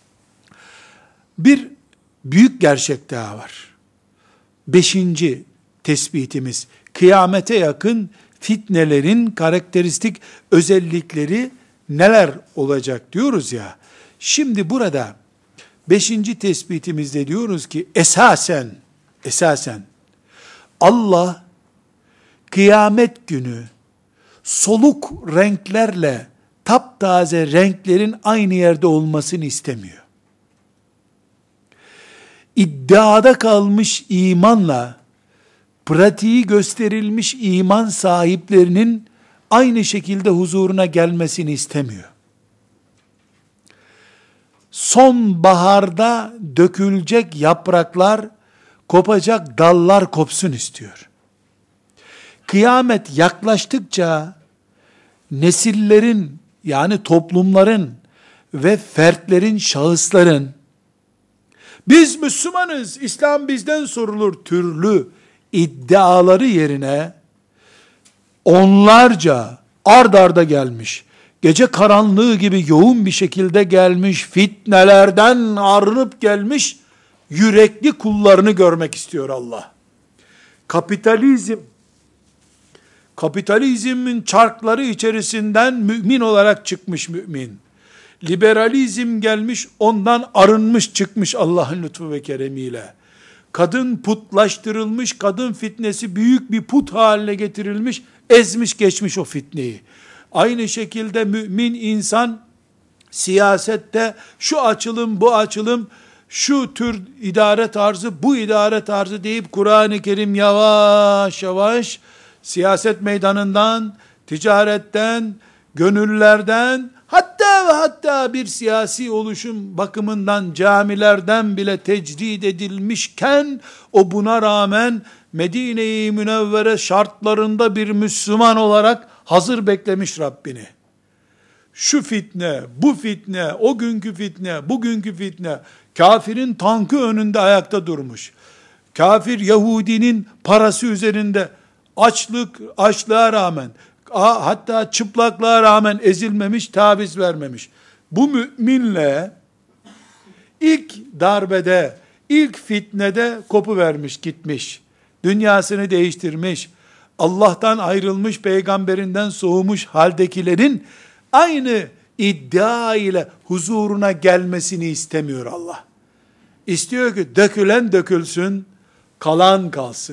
Speaker 1: Bir büyük gerçek daha var. Beşinci tespitimiz, kıyamete yakın fitnelerin karakteristik özellikleri neler olacak diyoruz ya. Şimdi burada beşinci tespitimizde diyoruz ki esasen, esasen Allah kıyamet günü soluk renklerle taptaze renklerin aynı yerde olmasını istemiyor. İddiada kalmış imanla pratiği gösterilmiş iman sahiplerinin aynı şekilde huzuruna gelmesini istemiyor. Sonbaharda dökülecek yapraklar, kopacak dallar kopsun istiyor. Kıyamet yaklaştıkça nesillerin, yani toplumların ve fertlerin, şahısların biz Müslümanız, İslam bizden sorulur türlü iddiaları yerine onlarca ard arda gelmiş gece karanlığı gibi yoğun bir şekilde gelmiş, fitnelerden arınıp gelmiş yürekli kullarını görmek istiyor Allah. Kapitalizm, kapitalizmin çarkları içerisinden mümin olarak çıkmış mümin. Liberalizm gelmiş, ondan arınmış çıkmış Allah'ın lütfu ve keremiyle. Kadın putlaştırılmış, kadın fitnesi büyük bir put haline getirilmiş, ezmiş geçmiş o fitneyi. Aynı şekilde mümin insan siyasette şu açılım, bu açılım, şu tür idare tarzı, bu idare tarzı deyip Kur'an-ı Kerim yavaş yavaş siyaset meydanından, ticaretten, gönüllerden, hatta ve hatta bir siyasi oluşum bakımından camilerden bile tecrid edilmişken, o buna rağmen Medine-i Münevvere şartlarında bir Müslüman olarak hazır beklemiş Rabbini. Şu fitne, bu fitne, o günkü fitne, bugünkü fitne, kafirin tankı önünde ayakta durmuş. Kafir Yahudinin parası üzerinde açlık, açlığa rağmen, hatta çıplaklığa rağmen ezilmemiş, taviz vermemiş. Bu müminle ilk darbede, ilk fitnede kopu vermiş, gitmiş. Dünyasını değiştirmiş. Allah'tan ayrılmış, peygamberinden soğumuş haldekilerin aynı iddia ile huzuruna gelmesini istemiyor Allah. İstiyor ki dökülen dökülsün, kalan kalsın.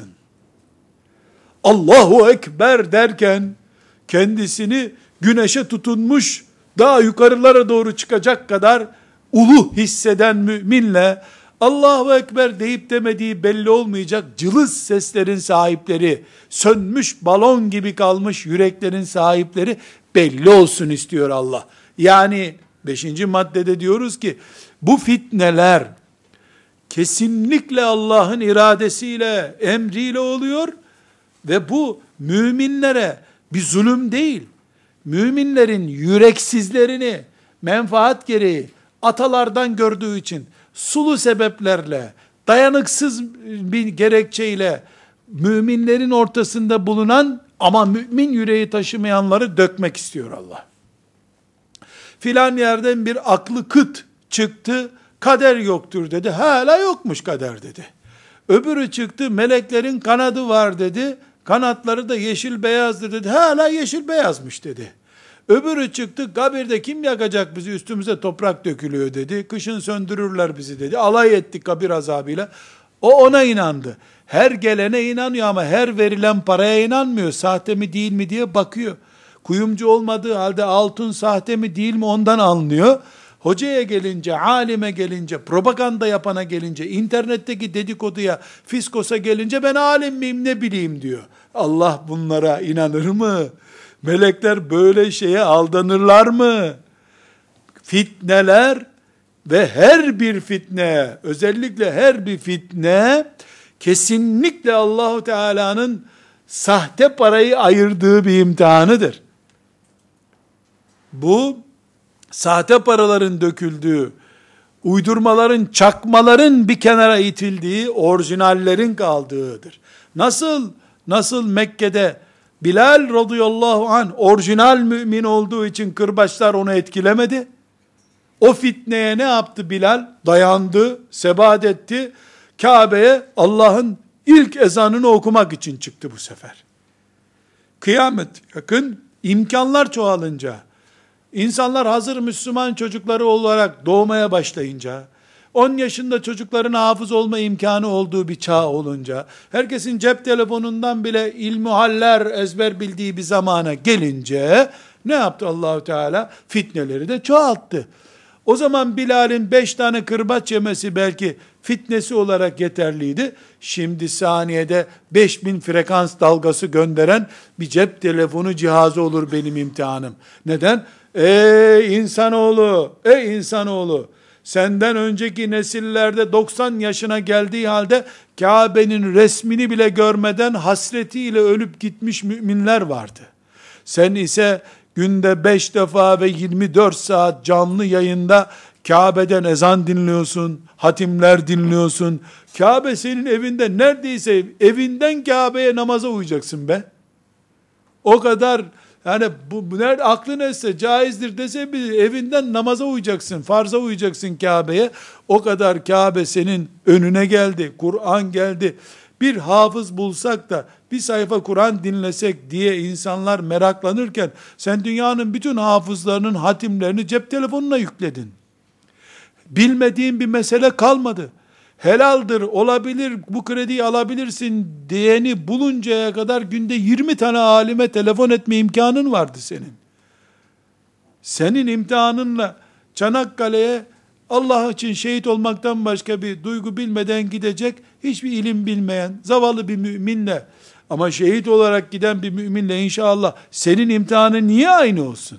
Speaker 1: Allahu Ekber derken kendisini güneşe tutunmuş, daha yukarılara doğru çıkacak kadar ulu hisseden müminle Allahu Ekber deyip demediği belli olmayacak cılız seslerin sahipleri, sönmüş balon gibi kalmış yüreklerin sahipleri belli olsun istiyor Allah. Yani beşinci maddede diyoruz ki bu fitneler kesinlikle Allah'ın iradesiyle, emriyle oluyor ve bu müminlere bir zulüm değil. Müminlerin yüreksizlerini menfaat gereği atalardan gördüğü için sulu sebeplerle, dayanıksız bir gerekçeyle müminlerin ortasında bulunan ama mümin yüreği taşımayanları dökmek istiyor Allah. Filan yerden bir aklı kıt çıktı, kader yoktur dedi. Hala yokmuş kader dedi. Öbürü çıktı, meleklerin kanadı var dedi. Kanatları da yeşil beyazdır dedi. Hala yeşil beyazmış dedi. Öbürü çıktı, kabirde kim yakacak bizi, üstümüze toprak dökülüyor dedi. Kışın söndürürler bizi dedi. Alay ettik kabir azabıyla. O ona inandı. Her gelene inanıyor ama her verilen paraya inanmıyor. Sahte mi değil mi diye bakıyor. Kuyumcu olmadığı halde altın sahte mi değil mi ondan anlıyor. Hocaya gelince, alime gelince, propaganda yapana gelince, internetteki dedikoduya, fiskosa gelince ben alim miyim ne bileyim diyor. Allah bunlara inanır mı? Melekler böyle şeye aldanırlar mı? Fitneler ve her bir fitne, özellikle her bir fitne, kesinlikle Allahu Teala'nın sahte parayı ayırdığı bir imtihanıdır. Bu, sahte paraların döküldüğü, uydurmaların, çakmaların bir kenara itildiği, orijinallerin kaldığıdır. Nasıl, nasıl Mekke'de Bilal radıyallahu anh orijinal mümin olduğu için kırbaçlar onu etkilemedi. O fitneye ne yaptı Bilal? Dayandı, sebat etti. Kabe'ye Allah'ın ilk ezanını okumak için çıktı bu sefer. Kıyamet yakın, imkanlar çoğalınca, İnsanlar hazır Müslüman çocukları olarak doğmaya başlayınca, on yaşında çocukların hafız olma imkanı olduğu bir çağ olunca, herkesin cep telefonundan bile ilmuhaller ezber bildiği bir zamana gelince, ne yaptı Allahu Teala? Fitneleri de çoğalttı. O zaman Bilal'in beş tane kırbaç yemesi belki fitnesi olarak yeterliydi. Şimdi saniyede beş bin frekans dalgası gönderen bir cep telefonu cihazı olur benim imtihanım. Neden? Ey insanoğlu, ey insanoğlu, senden önceki nesillerde doksan yaşına geldiği halde Kabe'nin resmini bile görmeden hasretiyle ölüp gitmiş müminler vardı. Sen ise günde beş defa ve yirmi dört saat canlı yayında Kabe'den ezan dinliyorsun, hatimler dinliyorsun. Kabe senin evinde, neredeyse evinden Kabe'ye namaza uyacaksın be. O kadar Yani bu, bu nerede aklın esse caizdir dese bir evinden namaza uyacaksın, farza uyacaksın Kabe'ye. O kadar Kabe senin önüne geldi, Kur'an geldi. Bir hafız bulsak da bir sayfa Kur'an dinlesek diye insanlar meraklanırken sen dünyanın bütün hafızlarının hatimlerini cep telefonuna yükledin. Bilmediğin bir mesele kalmadı. Helaldir, olabilir, bu krediyi alabilirsin diyeni buluncaya kadar günde yirmi tane alime telefon etme imkanın vardı senin. Senin imtihanınla Çanakkale'ye Allah için şehit olmaktan başka bir duygu bilmeden gidecek, hiçbir ilim bilmeyen, zavallı bir müminle, ama şehit olarak giden bir müminle inşallah senin imtihanın niye aynı olsun?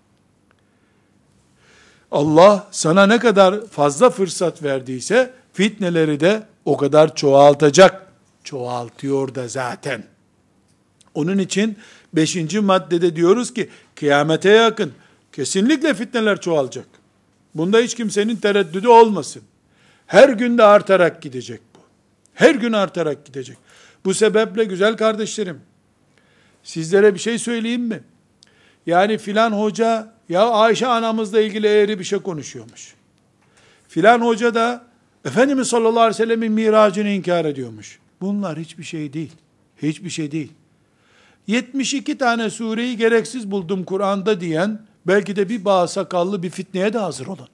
Speaker 1: Allah sana ne kadar fazla fırsat verdiyse, fitneleri de o kadar çoğaltacak. Çoğaltıyor da zaten. Onun için beşinci maddede diyoruz ki, kıyamete yakın kesinlikle fitneler çoğalacak. Bunda hiç kimsenin tereddüdü olmasın. Her gün de artarak gidecek bu. Her gün artarak gidecek. Bu sebeple güzel kardeşlerim, sizlere bir şey söyleyeyim mi? Yani filan hoca, ya Ayşe anamızla ilgili eğri bir şey konuşuyormuş. Filan hoca da Efendimiz sallallahu aleyhi ve sellemin miracını inkar ediyormuş. Bunlar hiçbir şey değil. Hiçbir şey değil. yetmiş iki tane sureyi gereksiz buldum Kur'an'da diyen, belki de bir bağ sakallı bir fitneye de hazır olun.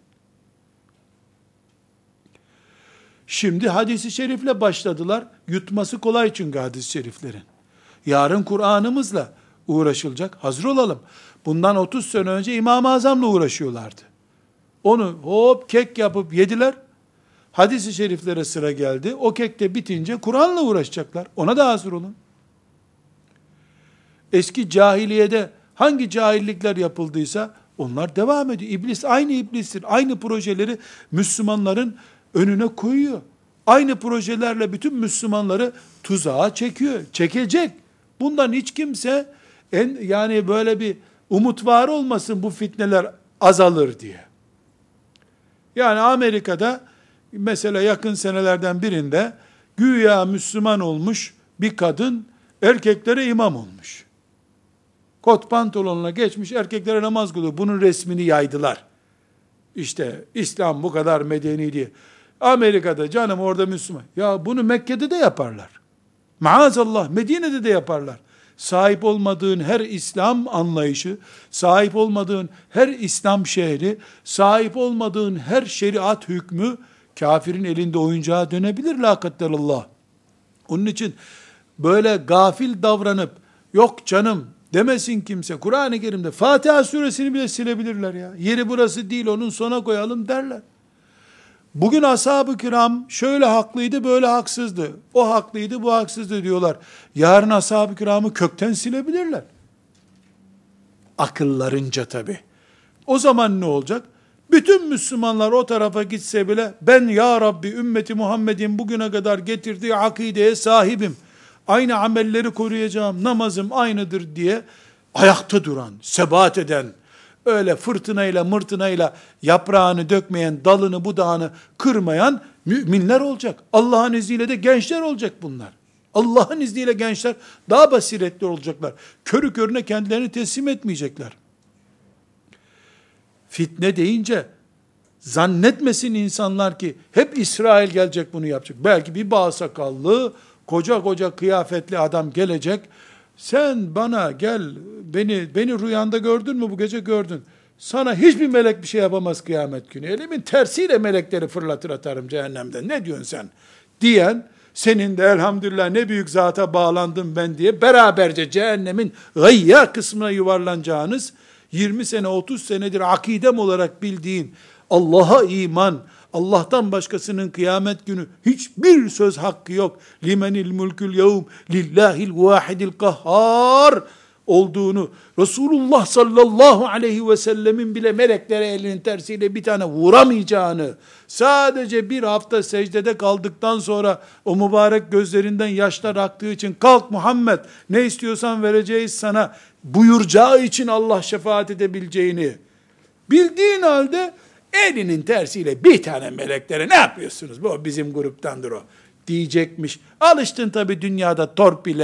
Speaker 1: Şimdi hadis-i şerifle başladılar. Yutması kolay çünkü hadis-i şeriflerin. Yarın Kur'an'ımızla uğraşılacak. Hazır olalım. Bundan otuz sene önce İmam-ı Azam'la uğraşıyorlardı. Onu hop kek yapıp yediler. Hadis-i şeriflere sıra geldi. O kek de bitince Kur'an'la uğraşacaklar. Ona da hazır olun. Eski cahiliyede hangi cahillikler yapıldıysa onlar devam ediyor. İblis aynı iblistir. Aynı projeleri Müslümanların önüne koyuyor. Aynı projelerle bütün Müslümanları tuzağa çekiyor. Çekecek. Bundan hiç kimse en, yani böyle bir umut var olmasın bu fitneler azalır diye. Yani Amerika'da mesela yakın senelerden birinde güya Müslüman olmuş bir kadın erkeklere imam olmuş. Kot pantolonuna geçmiş, erkeklere namaz kılıyor. Bunun resmini yaydılar. İşte İslam bu kadar medeni diye. Amerika'da canım orada Müslüman. Ya bunu Mekke'de de yaparlar. Maazallah Medine'de de yaparlar. Sahip olmadığın her İslam anlayışı, sahip olmadığın her İslam şehri, sahip olmadığın her şeriat hükmü kafirin elinde oyuncağa dönebilir la kadderallah. Onun için böyle gafil davranıp yok canım demesin kimse. Kur'an-ı Kerim'de Fatiha suresini bile silebilirler ya. Yeri burası değil, onun sona koyalım derler. Bugün ashab-ı kiram şöyle haklıydı, böyle haksızdı. O haklıydı, bu haksızdı diyorlar. Yarın ashab-ı kiramı kökten silebilirler. Akıllarınca tabii. O zaman ne olacak? Bütün Müslümanlar o tarafa gitse bile ben ya Rabbi ümmeti Muhammed'in bugüne kadar getirdiği akideye sahibim. Aynı amelleri koruyacağım, namazım aynıdır diye ayakta duran, sebat eden, öyle fırtınayla mırtınayla yaprağını dökmeyen, dalını budağını kırmayan müminler olacak. Allah'ın izniyle de gençler olacak bunlar. Allah'ın izniyle gençler daha basiretli olacaklar. Körü körüne kendilerini teslim etmeyecekler. Fitne deyince zannetmesin insanlar ki hep İsrail gelecek bunu yapacak. Belki bir bağsakallı, koca koca kıyafetli adam gelecek. Sen bana gel, beni beni rüyanda gördün mü, bu gece gördün. Sana hiçbir melek bir şey yapamaz kıyamet günü. Elimin tersiyle melekleri fırlatır atarım cehennemden. Ne diyorsun sen? Diyen, senin de elhamdülillah ne büyük zata bağlandım ben diye beraberce cehennemin gayya kısmına yuvarlanacağınız, yirmi sene otuz senedir akidem olarak bildiğin Allah'a iman, Allah'tan başkasının kıyamet günü hiçbir söz hakkı yok. Limenil mulkul yevm lillahil vahidil kahhar olduğunu, Resulullah sallallahu aleyhi ve sellemin bile meleklere elinin tersiyle bir tane vuramayacağını, sadece bir hafta secdede kaldıktan sonra o mübarek gözlerinden yaşlar aktığı için kalk Muhammed ne istiyorsan vereceğiz sana buyuracağı için Allah şefaat edebileceğini bildiğin halde elinin tersiyle bir tane meleklere ne yapıyorsunuz? Bu bizim gruptandır o diyecekmiş. Alıştın tabi dünyada torpile,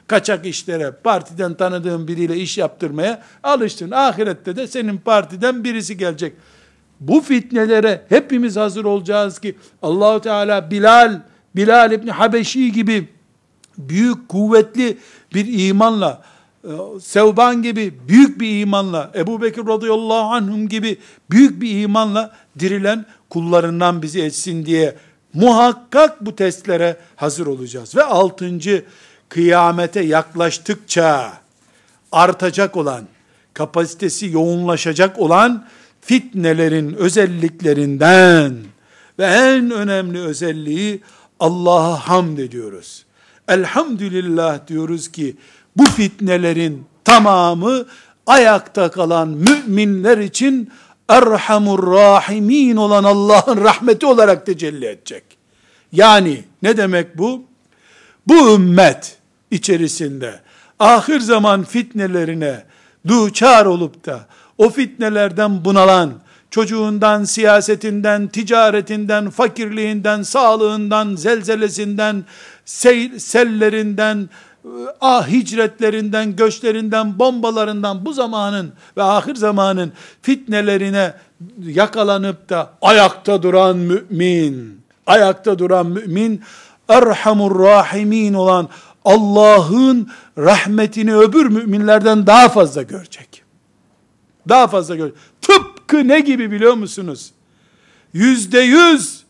Speaker 1: kaçak işlere, partiden tanıdığın biriyle iş yaptırmaya alıştın. Ahirette de senin partiden birisi gelecek. Bu fitnelere hepimiz hazır olacağız ki Allahu Teala Bilal, Bilal İbni Habeşi gibi büyük kuvvetli bir imanla, Sevban gibi büyük bir imanla, Ebu Bekir radıyallahu anhum gibi büyük bir imanla dirilen kullarından bizi etsin diye muhakkak bu testlere hazır olacağız. Ve altıncı, kıyamete yaklaştıkça artacak olan, kapasitesi yoğunlaşacak olan fitnelerin özelliklerinden ve en önemli özelliği Allah'a hamd ediyoruz. Elhamdülillah diyoruz ki bu fitnelerin tamamı ayakta kalan müminler için Erhamur Rahimin olan Allah'ın rahmeti olarak tecelli edecek. Yani ne demek bu? Bu ümmet içerisinde ahir zaman fitnelerine duçar olup da o fitnelerden bunalan, çocuğundan, siyasetinden, ticaretinden, fakirliğinden, sağlığından, zelzelesinden, sel, sellerinden, ah hicretlerinden, göçlerinden, bombalarından, bu zamanın ve ahir zamanın fitnelerine yakalanıp da ayakta duran mümin, ayakta duran mümin, Erhamur Rahimin olan Allah'ın rahmetini öbür müminlerden daha fazla görecek. Daha fazla görecek. Tıpkı ne gibi biliyor musunuz? Yüzde yüz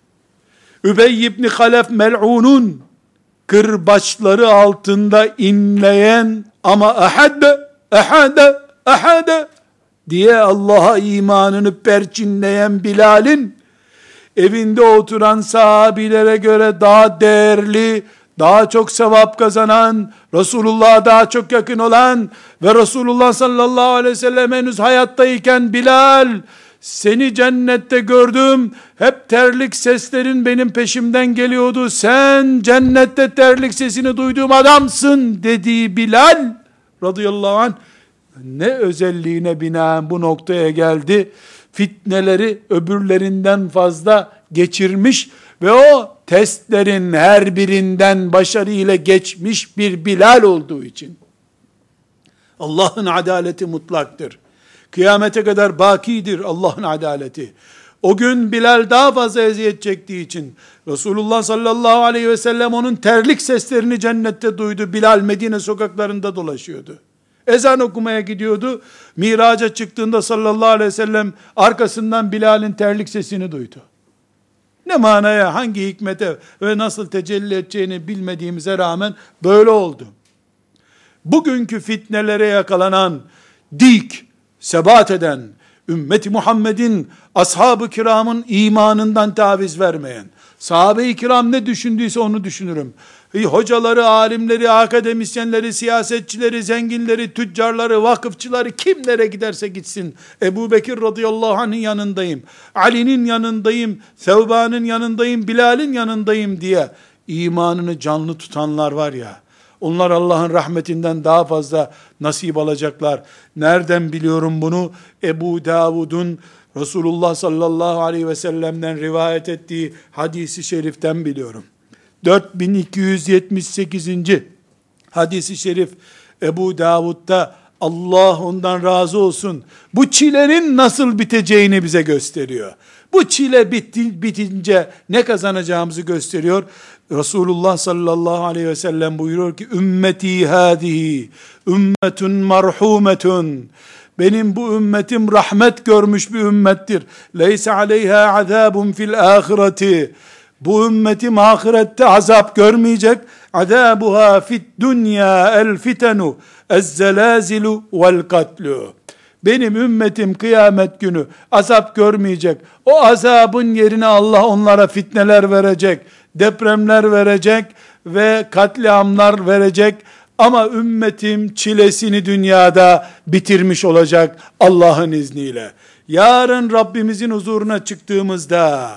Speaker 1: Übey ibn Halef mel'unun kırbaçları altında inleyen ama ahade, ahade, ahade diye Allah'a imanını perçinleyen Bilal'in evinde oturan sahabilere göre daha değerli, daha çok sevap kazanan, Resulullah'a daha çok yakın olan ve Resulullah sallallahu aleyhi ve sellem henüz hayattayken Bilal, seni cennette gördüm, hep terlik seslerin benim peşimden geliyordu, sen cennette terlik sesini duyduğum adamsın dediği Bilal radıyallahu anh ne özelliğine binaen bu noktaya geldi? Fitneleri öbürlerinden fazla geçirmiş ve o testlerin her birinden başarıyla geçmiş bir Bilal olduğu için. Allah'ın adaleti mutlaktır. Kıyamete kadar bakidir Allah'ın adaleti. O gün Bilal daha fazla eziyet çektiği için Resulullah sallallahu aleyhi ve sellem onun terlik seslerini cennette duydu. Bilal Medine sokaklarında dolaşıyordu. Ezan okumaya gidiyordu. Miraca çıktığında sallallahu aleyhi ve sellem arkasından Bilal'in terlik sesini duydu. Ne manaya, hangi hikmete ve nasıl tecelli edeceğini bilmediğimize rağmen böyle oldu. Bugünkü fitnelere yakalanan, dik, sebat eden, ümmeti Muhammed'in, ashab-ı kiramın imanından taviz vermeyen, sahabe-i kiram ne düşündüyse onu düşünürüm. Hocaları, alimleri, akademisyenleri, siyasetçileri, zenginleri, tüccarları, vakıfçıları, kimlere giderse gitsin, Ebu Bekir radıyallahu anh'ın yanındayım, Ali'nin yanındayım, Sevban'ın yanındayım, Bilal'in yanındayım diye imanını canlı tutanlar var ya, onlar Allah'ın rahmetinden daha fazla nasip alacaklar. Nereden biliyorum bunu? Ebu Davud'un Resulullah sallallahu aleyhi ve sellem'den rivayet ettiği hadisi şeriften biliyorum. dört bin iki yüz yetmiş sekizinci hadisi şerif Ebu Davud'da, Allah ondan razı olsun, bu çilenin nasıl biteceğini bize gösteriyor. Bu çile bitti, bitince ne kazanacağımızı gösteriyor. Resulullah sallallahu aleyhi ve sellem buyuruyor ki, ümmeti hadihi ümmetun marhumetun, benim bu ümmetim rahmet görmüş bir ümmettir. Leysa aleyha azabun fil ahireti, bu ümmetim ahirette azap görmeyecek. Azabuha fit dünya el fitenu ez zelazilu vel katlu. Benim ümmetim kıyamet günü azap görmeyecek. O azabın yerine Allah onlara fitneler verecek, depremler verecek ve katliamlar verecek. Ama ümmetim çilesini dünyada bitirmiş olacak Allah'ın izniyle. Yarın Rabbimizin huzuruna çıktığımızda,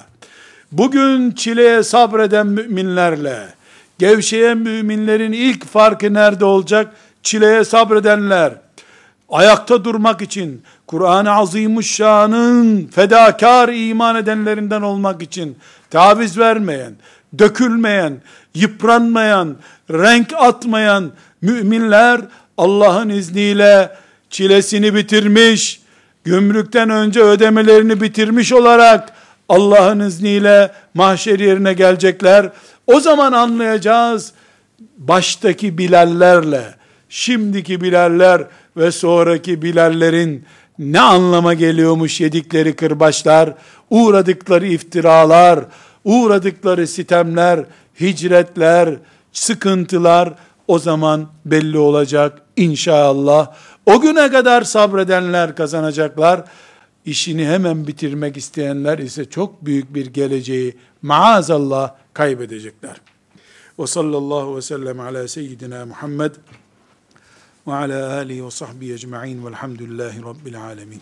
Speaker 1: bugün çileye sabreden müminlerle gevşeyen müminlerin ilk farkı nerede olacak? Çileye sabredenler, ayakta durmak için, Kur'an-ı Azimuşşan'ın fedakar iman edenlerinden olmak için taviz vermeyen, dökülmeyen, yıpranmayan, renk atmayan, Müminler Allah'ın izniyle çilesini bitirmiş, gümrükten önce ödemelerini bitirmiş olarak Allah'ın izniyle mahşer yerine gelecekler. O zaman anlayacağız, baştaki Bilallerle şimdiki Bilaller ve sonraki Bilallerin ne anlama geliyormuş yedikleri kırbaçlar, uğradıkları iftiralar, uğradıkları sitemler, hicretler, sıkıntılar o zaman belli olacak inşallah. O güne kadar sabredenler kazanacaklar. İşini hemen bitirmek isteyenler ise çok büyük bir geleceği maazallah kaybedecekler. Ve sallallahu ve sellem ala seyyidina Muhammed ve ala alihi ve sahbihi ecma'in velhamdülillahi rabbil alemin.